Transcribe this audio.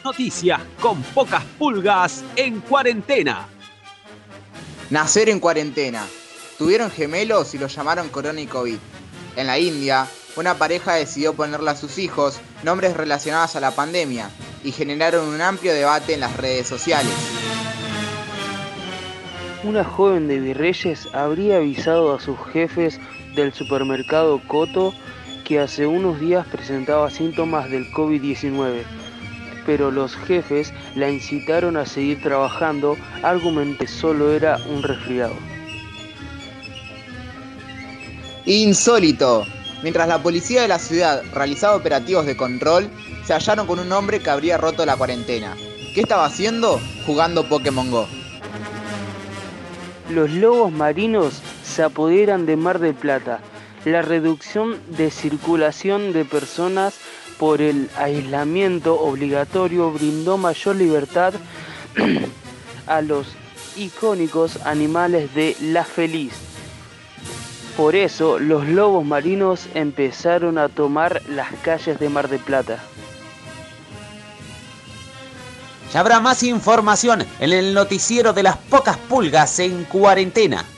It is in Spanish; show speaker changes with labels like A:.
A: Noticias con pocas pulgas en cuarentena.
B: Nacer en cuarentena. Tuvieron gemelos y los llamaron Corona y COVID. En la India, una pareja decidió ponerle a sus hijos nombres relacionados a la pandemia y generaron un amplio debate en las redes sociales.
C: Una joven de Virreyes habría avisado a sus jefes del supermercado Coto que hace unos días presentaba síntomas del COVID-19, pero los jefes la incitaron a seguir trabajando, argumentando que solo era un resfriado.
B: Insólito. Mientras la policía de la ciudad realizaba operativos de control, se hallaron con un hombre que habría roto la cuarentena. ¿Qué estaba haciendo? Jugando Pokémon Go.
C: Los lobos marinos se apoderan de Mar del Plata. La reducción de circulación de personas por el aislamiento obligatorio brindó mayor libertad a los icónicos animales de La Feliz. Por eso, los lobos marinos empezaron a tomar las calles de Mar del Plata.
A: Ya habrá más información en el noticiero de las pocas pulgas en cuarentena.